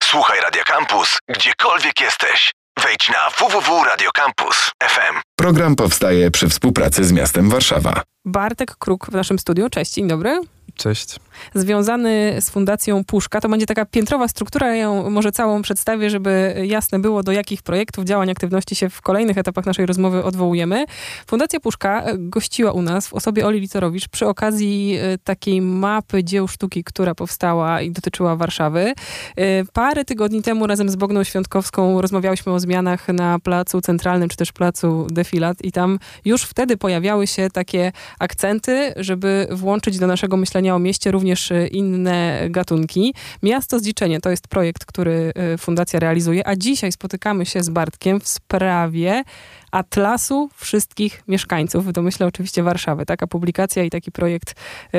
Słuchaj Radio Campus, gdziekolwiek jesteś. Wejdź na www.radiocampus.fm. Program powstaje przy współpracy z miastem Warszawa. Bartek Kruk w naszym studiu. Cześć, dzień dobry. Cześć. Związany z Fundacją Puszka. To będzie taka piętrowa struktura, ja ją może całą przedstawię, żeby jasne było, do jakich projektów, działań, aktywności się w kolejnych etapach naszej rozmowy odwołujemy. Fundacja Puszka gościła u nas w osobie Oli Licorowicz przy okazji takiej mapy dzieł sztuki, która powstała i dotyczyła Warszawy. Parę tygodni temu razem z Bogną Świątkowską rozmawiałyśmy o zmianach na Placu Centralnym, czy też Placu Defilat i tam już wtedy pojawiały się takie akcenty, żeby włączyć do naszego myślenia o mieście również inne gatunki. Miasto Zdziczenie to jest projekt, który fundacja realizuje, a dzisiaj spotykamy się z Bartkiem w sprawie Atlasu wszystkich mieszkańców, w domyśle oczywiście Warszawy. Taka publikacja i taki projekt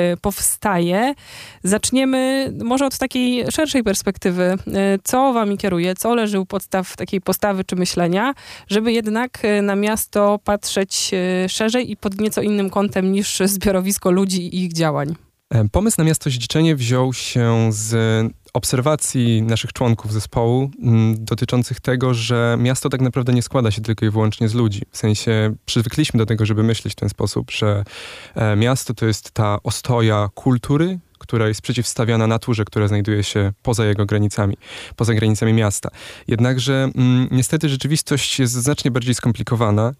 powstaje. Zaczniemy może od takiej szerszej perspektywy. Co wami kieruje? Co leży u podstaw takiej postawy czy myślenia, żeby jednak na miasto patrzeć szerzej i pod nieco innym kątem niż zbiorowisko ludzi i ich działań? Pomysł na Miasto Zdziczenie wziął się z obserwacji naszych członków zespołu dotyczących tego, że miasto tak naprawdę nie składa się tylko i wyłącznie z ludzi. W sensie przywykliśmy do tego, żeby myśleć w ten sposób, że miasto to jest ta ostoja kultury, która jest przeciwstawiana naturze, która znajduje się poza jego granicami, poza granicami miasta. Jednakże niestety rzeczywistość jest znacznie bardziej skomplikowana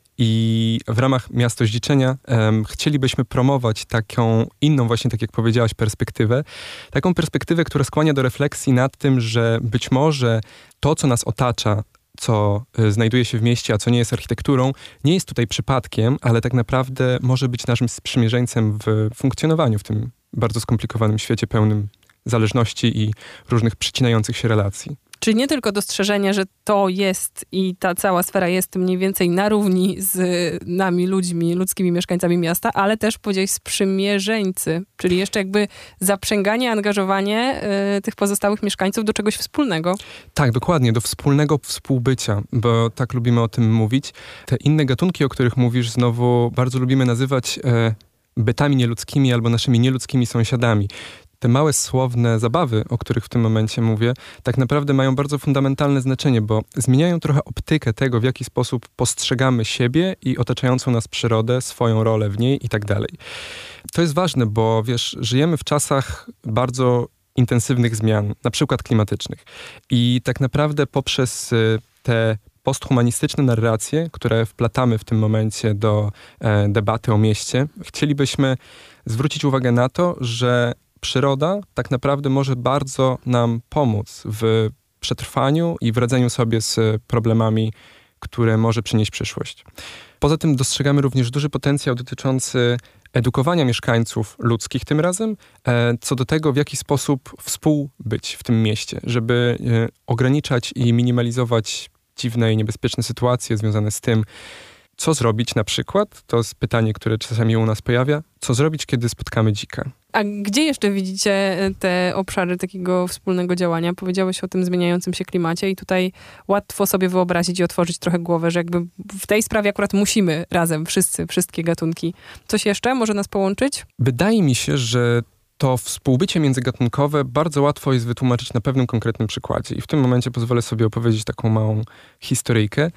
i w ramach Miasto Zdziczenia chcielibyśmy promować taką inną właśnie, tak jak powiedziałaś, perspektywę. Taką perspektywę, która skłania do refleksji nad tym, że być może to, co nas otacza, co znajduje się w mieście, a co nie jest architekturą, nie jest tutaj przypadkiem, ale tak naprawdę może być naszym sprzymierzeńcem w funkcjonowaniu w tym bardzo skomplikowanym świecie pełnym zależności i różnych przycinających się relacji. Czyli nie tylko dostrzeżenie, że to jest i ta cała sfera jest mniej więcej na równi z nami, ludźmi, ludzkimi mieszkańcami miasta, ale też powiedziałeś sprzymierzeńcy, czyli jeszcze jakby zaprzęganie, angażowanie tych pozostałych mieszkańców do czegoś wspólnego. Tak, dokładnie, do wspólnego współbycia, bo tak lubimy o tym mówić. Te inne gatunki, o których mówisz, znowu bardzo lubimy nazywać bytami nieludzkimi albo naszymi nieludzkimi sąsiadami. Te małe słowne zabawy, o których w tym momencie mówię, tak naprawdę mają bardzo fundamentalne znaczenie, bo zmieniają trochę optykę tego, w jaki sposób postrzegamy siebie i otaczającą nas przyrodę, swoją rolę w niej i tak dalej. To jest ważne, bo wiesz, żyjemy w czasach bardzo intensywnych zmian, na przykład klimatycznych. I tak naprawdę poprzez te posthumanistyczne narracje, które wplatamy w tym momencie do debaty o mieście, chcielibyśmy zwrócić uwagę na to, że przyroda tak naprawdę może bardzo nam pomóc w przetrwaniu i w radzeniu sobie z problemami, które może przynieść przyszłość. Poza tym dostrzegamy również duży potencjał dotyczący edukowania mieszkańców ludzkich tym razem, co do tego, w jaki sposób współbyć w tym mieście, żeby ograniczać i minimalizować dziwne i niebezpieczne sytuacje związane z tym, co zrobić na przykład, to jest pytanie, które czasami u nas pojawia, co zrobić, kiedy spotkamy dzika. A gdzie jeszcze widzicie te obszary takiego wspólnego działania? Powiedziałeś o tym zmieniającym się klimacie i tutaj łatwo sobie wyobrazić i otworzyć trochę głowę, że jakby w tej sprawie akurat musimy razem, wszystkie gatunki. Coś jeszcze może nas połączyć? Wydaje mi się, że to współbycie międzygatunkowe bardzo łatwo jest wytłumaczyć na pewnym konkretnym przykładzie. I w tym momencie pozwolę sobie opowiedzieć taką małą historyjkę.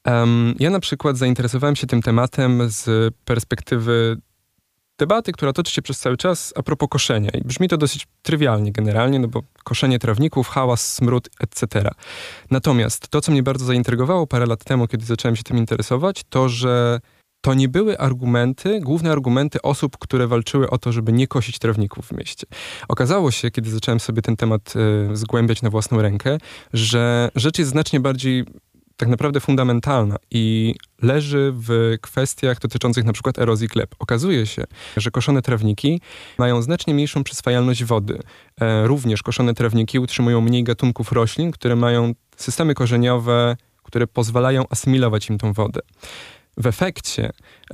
Ja na przykład zainteresowałem się tym tematem z perspektywy debaty, która toczy się przez cały czas a propos koszenia. I brzmi to dosyć trywialnie generalnie, no bo koszenie trawników, hałas, smród, etc. Natomiast to, co mnie bardzo zaintrygowało parę lat temu, kiedy zacząłem się tym interesować, to, że to nie były główne argumenty osób, które walczyły o to, żeby nie kosić trawników w mieście. Okazało się, kiedy zacząłem sobie ten temat zgłębiać na własną rękę, że rzecz jest znacznie bardziej tak naprawdę fundamentalna i leży w kwestiach dotyczących na przykład erozji gleb. Okazuje się, że koszone trawniki mają znacznie mniejszą przyswajalność wody. Również koszone trawniki utrzymują mniej gatunków roślin, które mają systemy korzeniowe, które pozwalają asymilować im tą wodę. W efekcie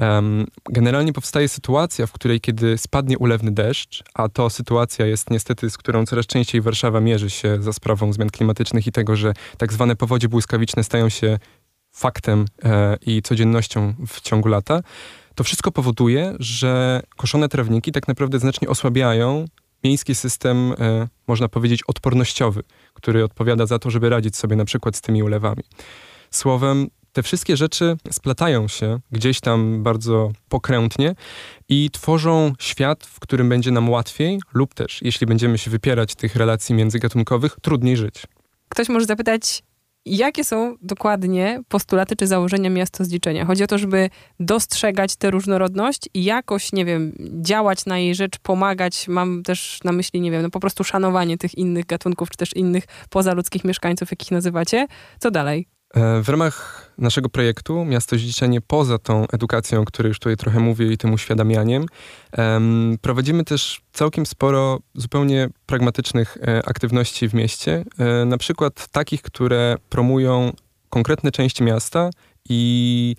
generalnie powstaje sytuacja, w której kiedy spadnie ulewny deszcz, a to sytuacja jest niestety, z którą coraz częściej Warszawa mierzy się za sprawą zmian klimatycznych i tego, że tak zwane powodzie błyskawiczne stają się faktem i codziennością w ciągu lata, to wszystko powoduje, że koszone trawniki tak naprawdę znacznie osłabiają miejski system, można powiedzieć, odpornościowy, który odpowiada za to, żeby radzić sobie na przykład z tymi ulewami. Słowem, te wszystkie rzeczy splatają się gdzieś tam bardzo pokrętnie i tworzą świat, w którym będzie nam łatwiej lub też, jeśli będziemy się wypierać tych relacji międzygatunkowych, trudniej żyć. Ktoś może zapytać, jakie są dokładnie postulaty czy założenia miastozliczenia? Chodzi o to, żeby dostrzegać tę różnorodność i jakoś, nie wiem, działać na jej rzecz, pomagać. Mam też na myśli, nie wiem, no po prostu szanowanie tych innych gatunków, czy też innych pozaludzkich mieszkańców, jakich nazywacie. Co dalej? W ramach naszego projektu Miastozliczenie, poza tą edukacją, o której już tutaj trochę mówię, i tym uświadamianiem, prowadzimy też całkiem sporo zupełnie pragmatycznych aktywności w mieście. Na przykład takich, które promują konkretne części miasta i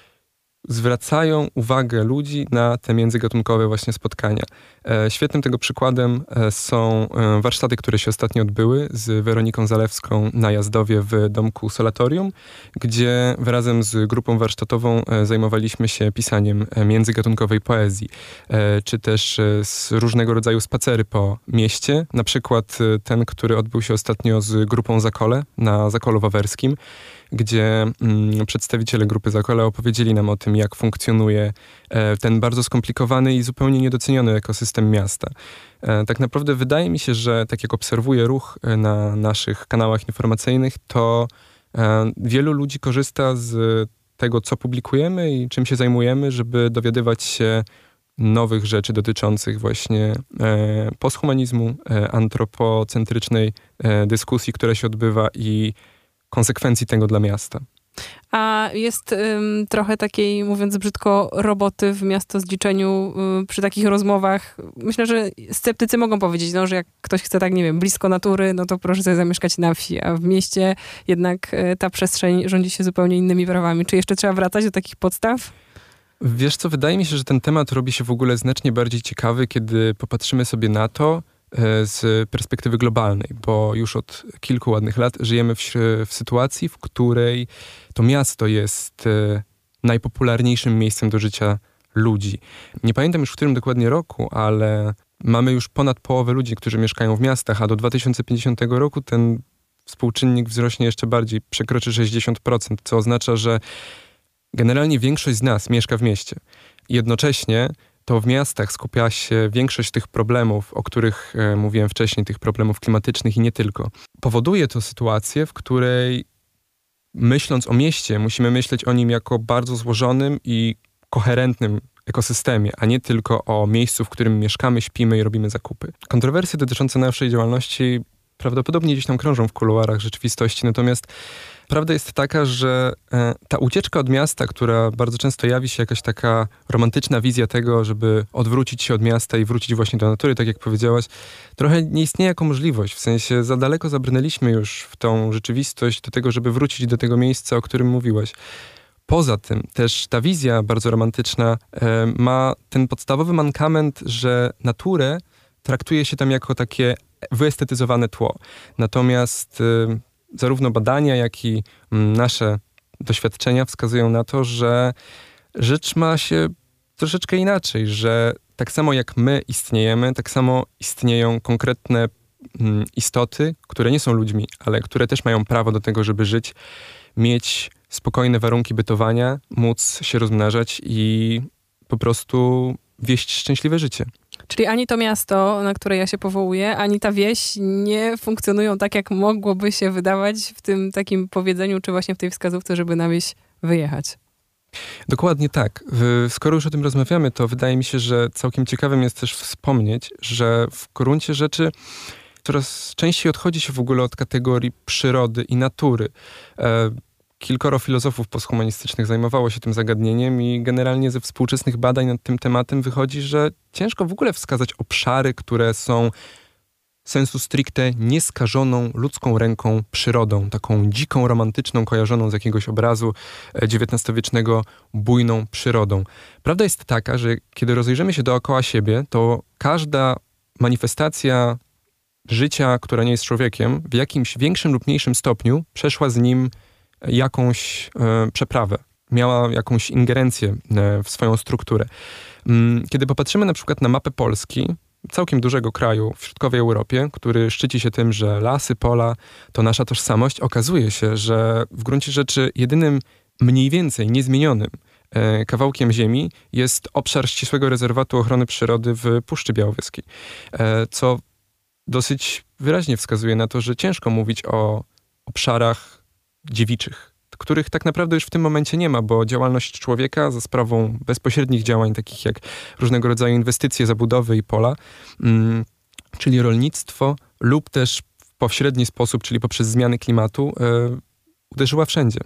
zwracają uwagę ludzi na te międzygatunkowe właśnie spotkania. Świetnym tego przykładem są warsztaty, które się ostatnio odbyły z Weroniką Zalewską na Jazdowie w Domku Solatorium, gdzie razem z grupą warsztatową zajmowaliśmy się pisaniem międzygatunkowej poezji, czy też z różnego rodzaju spacery po mieście, na przykład ten, który odbył się ostatnio z grupą Zakole na Zakolu Wawerskim, gdzie przedstawiciele grupy Zakole opowiedzieli nam o tym, jak funkcjonuje ten bardzo skomplikowany i zupełnie niedoceniony ekosystem miasta. Tak naprawdę wydaje mi się, że tak jak obserwuję ruch na naszych kanałach informacyjnych, to wielu ludzi korzysta z tego, co publikujemy i czym się zajmujemy, żeby dowiadywać się nowych rzeczy dotyczących właśnie posthumanizmu, antropocentrycznej dyskusji, która się odbywa i konsekwencji tego dla miasta. A jest trochę takiej, mówiąc brzydko, roboty w miastozliczeniu przy takich rozmowach. Myślę, że sceptycy mogą powiedzieć, no, że jak ktoś chce tak, nie wiem, blisko natury, no to proszę sobie zamieszkać na wsi, a w mieście jednak ta przestrzeń rządzi się zupełnie innymi prawami. Czy jeszcze trzeba wracać do takich podstaw? Wiesz co, wydaje mi się, że ten temat robi się w ogóle znacznie bardziej ciekawy, kiedy popatrzymy sobie na to z perspektywy globalnej, bo już od kilku ładnych lat żyjemy w sytuacji, w której to miasto jest najpopularniejszym miejscem do życia ludzi. Nie pamiętam już w którym dokładnie roku, ale mamy już ponad połowę ludzi, którzy mieszkają w miastach, a do 2050 roku ten współczynnik wzrośnie jeszcze bardziej, przekroczy 60%, co oznacza, że generalnie większość z nas mieszka w mieście. Jednocześnie to w miastach skupia się większość tych problemów, o których mówiłem wcześniej, tych problemów klimatycznych i nie tylko. Powoduje to sytuację, w której myśląc o mieście, musimy myśleć o nim jako bardzo złożonym i koherentnym ekosystemie, a nie tylko o miejscu, w którym mieszkamy, śpimy i robimy zakupy. Kontrowersje dotyczące naszej działalności prawdopodobnie gdzieś tam krążą w kuluarach rzeczywistości, natomiast prawda jest taka, że ta ucieczka od miasta, która bardzo często jawi się jakaś taka romantyczna wizja tego, żeby odwrócić się od miasta i wrócić właśnie do natury, tak jak powiedziałaś, trochę nie istnieje jako możliwość. W sensie za daleko zabrnęliśmy już w tą rzeczywistość do tego, żeby wrócić do tego miejsca, o którym mówiłaś. Poza tym też ta wizja bardzo romantyczna ma ten podstawowy mankament, że naturę traktuje się tam jako takie wyestetyzowane tło. Natomiast zarówno badania, jak i nasze doświadczenia wskazują na to, że rzecz ma się troszeczkę inaczej, że tak samo jak my istniejemy, tak samo istnieją konkretne istoty, które nie są ludźmi, ale które też mają prawo do tego, żeby żyć, mieć spokojne warunki bytowania, móc się rozmnażać i po prostu wieść szczęśliwe życie. Czyli ani to miasto, na które ja się powołuję, ani ta wieś nie funkcjonują tak, jak mogłoby się wydawać w tym takim powiedzeniu, czy właśnie w tej wskazówce, żeby na wieś wyjechać. Dokładnie tak. Skoro już o tym rozmawiamy, to wydaje mi się, że całkiem ciekawym jest też wspomnieć, że w gruncie rzeczy coraz częściej odchodzi się w ogóle od kategorii przyrody i natury. Kilkoro filozofów posthumanistycznych zajmowało się tym zagadnieniem i generalnie ze współczesnych badań nad tym tematem wychodzi, że ciężko w ogóle wskazać obszary, które są sensu stricte nieskażoną ludzką ręką przyrodą, taką dziką, romantyczną, kojarzoną z jakiegoś obrazu XIX-wiecznego bujną przyrodą. Prawda jest taka, że kiedy rozejrzymy się dookoła siebie, to każda manifestacja życia, która nie jest człowiekiem, w jakimś większym lub mniejszym stopniu przeszła z nim jakąś przeprawę, miała jakąś ingerencję w swoją strukturę. Kiedy popatrzymy na przykład na mapę Polski, całkiem dużego kraju w środkowej Europie, który szczyci się tym, że lasy, pola to nasza tożsamość, okazuje się, że w gruncie rzeczy jedynym mniej więcej niezmienionym kawałkiem ziemi jest obszar ścisłego rezerwatu ochrony przyrody w Puszczy Białowieskiej, co dosyć wyraźnie wskazuje na to, że ciężko mówić o obszarach dziewiczych, których tak naprawdę już w tym momencie nie ma, bo działalność człowieka za sprawą bezpośrednich działań, takich jak różnego rodzaju inwestycje, zabudowy i pola, czyli rolnictwo lub też w pośredni sposób, czyli poprzez zmiany klimatu, uderzyła wszędzie.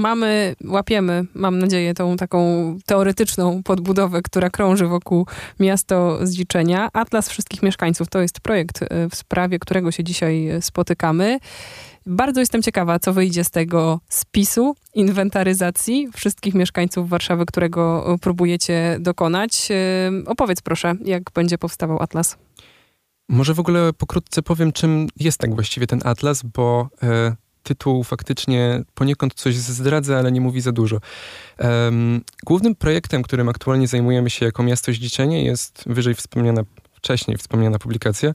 Łapiemy, mam nadzieję, tą taką teoretyczną podbudowę, która krąży wokół Miasto Zdziczenia. Atlas Wszystkich Mieszkańców to jest projekt, w sprawie którego się dzisiaj spotykamy. Bardzo jestem ciekawa, co wyjdzie z tego spisu, inwentaryzacji wszystkich mieszkańców Warszawy, którego próbujecie dokonać. Opowiedz proszę, jak będzie powstawał Atlas. Może w ogóle pokrótce powiem, czym jest tak właściwie ten Atlas, bo tytuł faktycznie poniekąd coś zdradza, ale nie mówi za dużo. Głównym projektem, którym aktualnie zajmujemy się jako Miasto Zdziczenie, jest wcześniej wspomniana publikacja,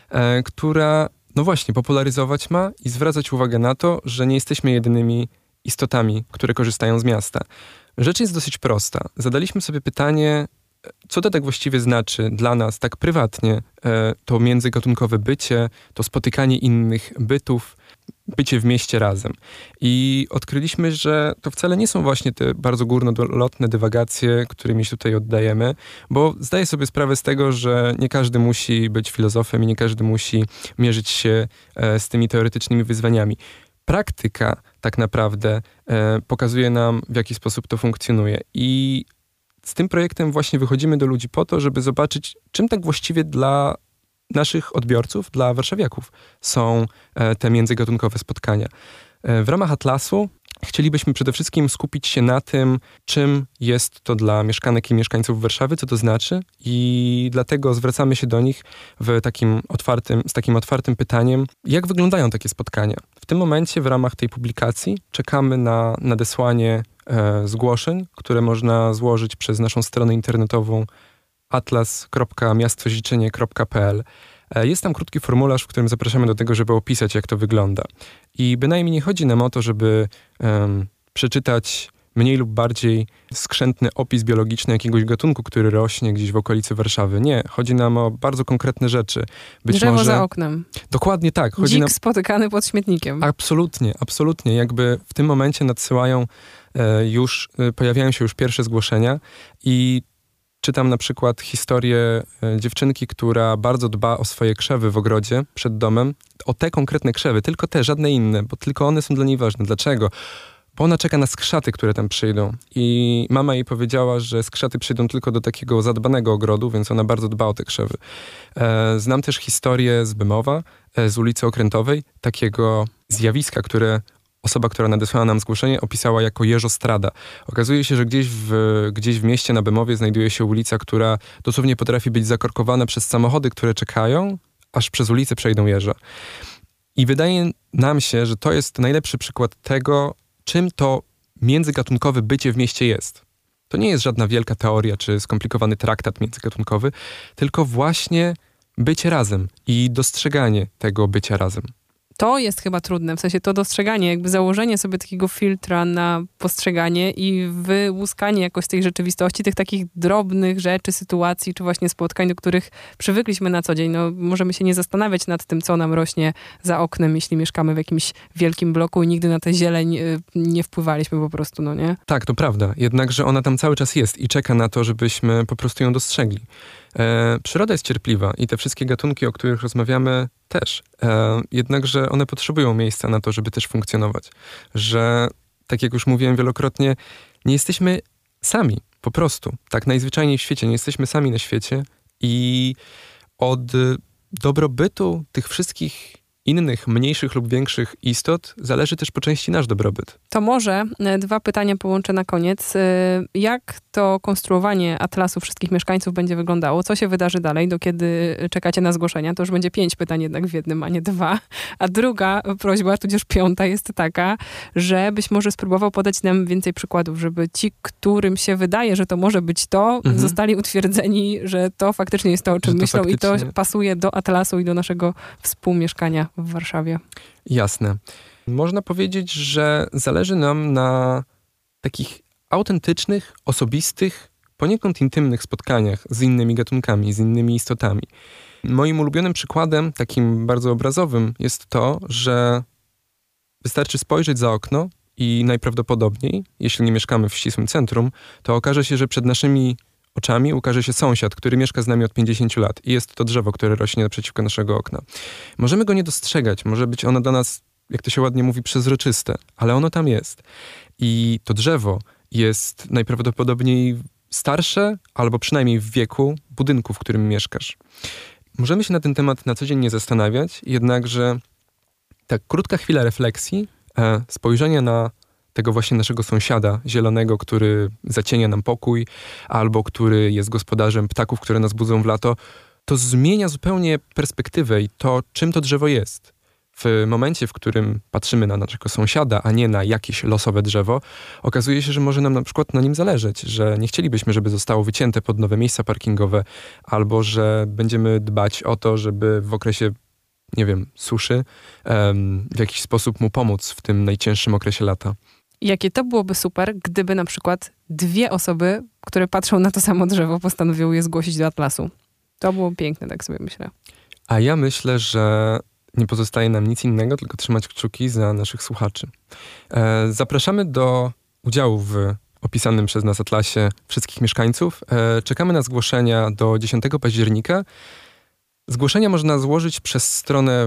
która no właśnie popularyzować ma i zwracać uwagę na to, że nie jesteśmy jedynymi istotami, które korzystają z miasta. Rzecz jest dosyć prosta. Zadaliśmy sobie pytanie, co to tak właściwie znaczy dla nas tak prywatnie, to międzygatunkowe bycie, to spotykanie innych bytów, bycie w mieście razem. I odkryliśmy, że to wcale nie są właśnie te bardzo górnolotne dywagacje, którymi się tutaj oddajemy, bo zdaję sobie sprawę z tego, że nie każdy musi być filozofem i nie każdy musi mierzyć się z tymi teoretycznymi wyzwaniami. Praktyka tak naprawdę pokazuje nam, w jaki sposób to funkcjonuje. I z tym projektem właśnie wychodzimy do ludzi po to, żeby zobaczyć, czym tak właściwie dla naszych odbiorców, dla warszawiaków są te międzygatunkowe spotkania. W ramach Atlasu chcielibyśmy przede wszystkim skupić się na tym, czym jest to dla mieszkanek i mieszkańców Warszawy, co to znaczy, i dlatego zwracamy się do nich z takim otwartym pytaniem, jak wyglądają takie spotkania. W tym momencie w ramach tej publikacji czekamy na nadesłanie zgłoszeń, które można złożyć przez naszą stronę internetową atlas.miastozdziczenie.pl. Jest tam krótki formularz, w którym zapraszamy do tego, żeby opisać, jak to wygląda. I bynajmniej nie chodzi nam o to, żeby przeczytać mniej lub bardziej skrzętny opis biologiczny jakiegoś gatunku, który rośnie gdzieś w okolicy Warszawy. Nie, chodzi nam o bardzo konkretne rzeczy. Drzewo za oknem. Dokładnie tak. Dzik spotykany pod śmietnikiem. Absolutnie, absolutnie. Jakby w tym momencie pojawiają się już pierwsze zgłoszenia i czytam na przykład historię dziewczynki, która bardzo dba o swoje krzewy w ogrodzie przed domem. O te konkretne krzewy, tylko te, żadne inne, bo tylko one są dla niej ważne. Dlaczego? Bo ona czeka na skrzaty, które tam przyjdą. I mama jej powiedziała, że skrzaty przyjdą tylko do takiego zadbanego ogrodu, więc ona bardzo dba o te krzewy. Znam też historię z Bemowa, z ulicy Okrętowej, takiego zjawiska, które osoba, która nadesłała nam zgłoszenie, opisała jako jeżostrada. Okazuje się, że gdzieś w mieście na Bemowie znajduje się ulica, która dosłownie potrafi być zakorkowana przez samochody, które czekają, aż przez ulicę przejdą jeże. I wydaje nam się, że to jest najlepszy przykład tego, czym to międzygatunkowe bycie w mieście jest. To nie jest żadna wielka teoria czy skomplikowany traktat międzygatunkowy, tylko właśnie bycie razem i dostrzeganie tego bycia razem. To jest chyba trudne, w sensie to dostrzeganie, jakby założenie sobie takiego filtra na postrzeganie i wyłuskanie jakoś tej rzeczywistości, tych takich drobnych rzeczy, sytuacji, czy właśnie spotkań, do których przywykliśmy na co dzień. No, możemy się nie zastanawiać nad tym, co nam rośnie za oknem, jeśli mieszkamy w jakimś wielkim bloku i nigdy na tę zieleń nie wpływaliśmy po prostu, no nie? Tak, to prawda. Jednakże ona tam cały czas jest i czeka na to, żebyśmy po prostu ją dostrzegli. Przyroda jest cierpliwa i te wszystkie gatunki, o których rozmawiamy, też. Jednakże one potrzebują miejsca na to, żeby też funkcjonować. Że, tak jak już mówiłem wielokrotnie, nie jesteśmy sami, po prostu. Tak najzwyczajniej w świecie, nie jesteśmy sami na świecie i od dobrobytu tych wszystkich innych, mniejszych lub większych istot zależy też po części nasz dobrobyt. To może 2 pytania połączę na koniec. Jak to konstruowanie atlasu wszystkich mieszkańców będzie wyglądało? Co się wydarzy dalej, do kiedy czekacie na zgłoszenia? To już będzie 5 pytań jednak w jednym, a nie 2. A druga prośba, tudzież 5, jest taka, żebyś może spróbował podać nam więcej przykładów, żeby ci, którym się wydaje, że to może być to, zostali utwierdzeni, że to faktycznie jest to, o czym myślą i to pasuje do atlasu i do naszego współmieszkania w Warszawie. Jasne. Można powiedzieć, że zależy nam na takich autentycznych, osobistych, poniekąd intymnych spotkaniach z innymi gatunkami, z innymi istotami. Moim ulubionym przykładem, takim bardzo obrazowym, jest to, że wystarczy spojrzeć za okno i najprawdopodobniej, jeśli nie mieszkamy w ścisłym centrum, to okaże się, że przed naszymi oczami ukaże się sąsiad, który mieszka z nami od 50 lat i jest to drzewo, które rośnie naprzeciwko naszego okna. Możemy go nie dostrzegać, może być ono dla nas, jak to się ładnie mówi, przezroczyste, ale ono tam jest. I to drzewo jest najprawdopodobniej starsze, albo przynajmniej w wieku budynku, w którym mieszkasz. Możemy się na ten temat na co dzień nie zastanawiać, jednakże ta krótka chwila refleksji, spojrzenia na tego właśnie naszego sąsiada zielonego, który zacienia nam pokój, albo który jest gospodarzem ptaków, które nas budzą w lato, to zmienia zupełnie perspektywę i to, czym to drzewo jest. W momencie, w którym patrzymy na naszego sąsiada, a nie na jakieś losowe drzewo, okazuje się, że może nam na przykład na nim zależeć, że nie chcielibyśmy, żeby zostało wycięte pod nowe miejsca parkingowe, albo że będziemy dbać o to, żeby w okresie, nie wiem, suszy, w jakiś sposób mu pomóc w tym najcięższym okresie lata. Jakie to byłoby super, gdyby na przykład 2 osoby, które patrzą na to samo drzewo, postanowiły je zgłosić do atlasu. To było piękne, tak sobie myślę. A ja myślę, że nie pozostaje nam nic innego, tylko trzymać kciuki za naszych słuchaczy. Zapraszamy do udziału w opisanym przez nas atlasie wszystkich mieszkańców. Czekamy na zgłoszenia do 10 października. Zgłoszenia można złożyć przez stronę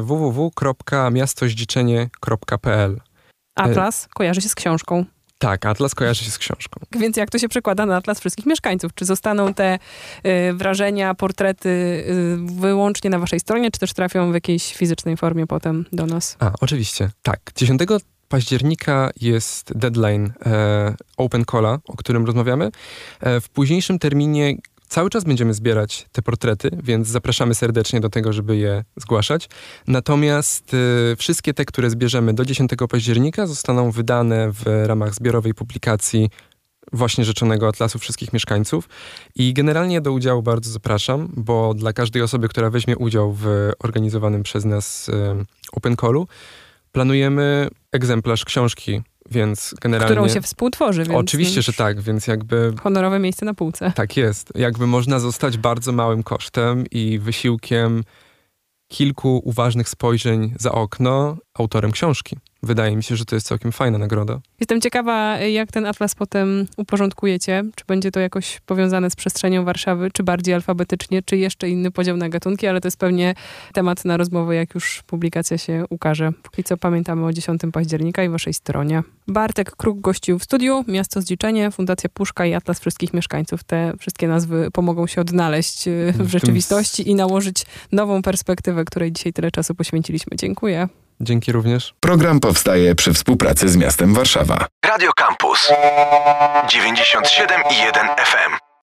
www.miastozdziczenie.pl. Atlas kojarzy się z książką. Tak, atlas kojarzy się z książką. Więc jak to się przekłada na atlas wszystkich mieszkańców? Czy zostaną te wrażenia, portrety wyłącznie na waszej stronie, czy też trafią w jakiejś fizycznej formie potem do nas? Oczywiście. Tak. 10 października jest deadline Open Calla, o którym rozmawiamy. W późniejszym terminie cały czas będziemy zbierać te portrety, więc zapraszamy serdecznie do tego, żeby je zgłaszać. Natomiast wszystkie te, które zbierzemy do 10 października, zostaną wydane w ramach zbiorowej publikacji właśnie rzeczonego atlasu wszystkich mieszkańców. I generalnie do udziału bardzo zapraszam, bo dla każdej osoby, która weźmie udział w organizowanym przez nas Open Callu, planujemy egzemplarz książki, więc generalnie... Którą się współtworzy, więc... Oczywiście, że tak, więc jakby... Honorowe miejsce na półce. Tak jest. Jakby można zostać bardzo małym kosztem i wysiłkiem kilku uważnych spojrzeń za okno autorem książki. Wydaje mi się, że to jest całkiem fajna nagroda. Jestem ciekawa, jak ten atlas potem uporządkujecie. Czy będzie to jakoś powiązane z przestrzenią Warszawy, czy bardziej alfabetycznie, czy jeszcze inny podział na gatunki, ale to jest pewnie temat na rozmowę, jak już publikacja się ukaże. Póki co pamiętamy o 10 października i waszej stronie. Bartek Kruk gościł w studiu, Miasto Zdziczenie, Fundacja Puszka i Atlas Wszystkich Mieszkańców. Te wszystkie nazwy pomogą się odnaleźć w rzeczywistości i nałożyć nową perspektywę, której dzisiaj tyle czasu poświęciliśmy. Dziękuję. Dzięki również. Program powstaje przy współpracy z miastem Warszawa. Radio Campus 97,1 FM.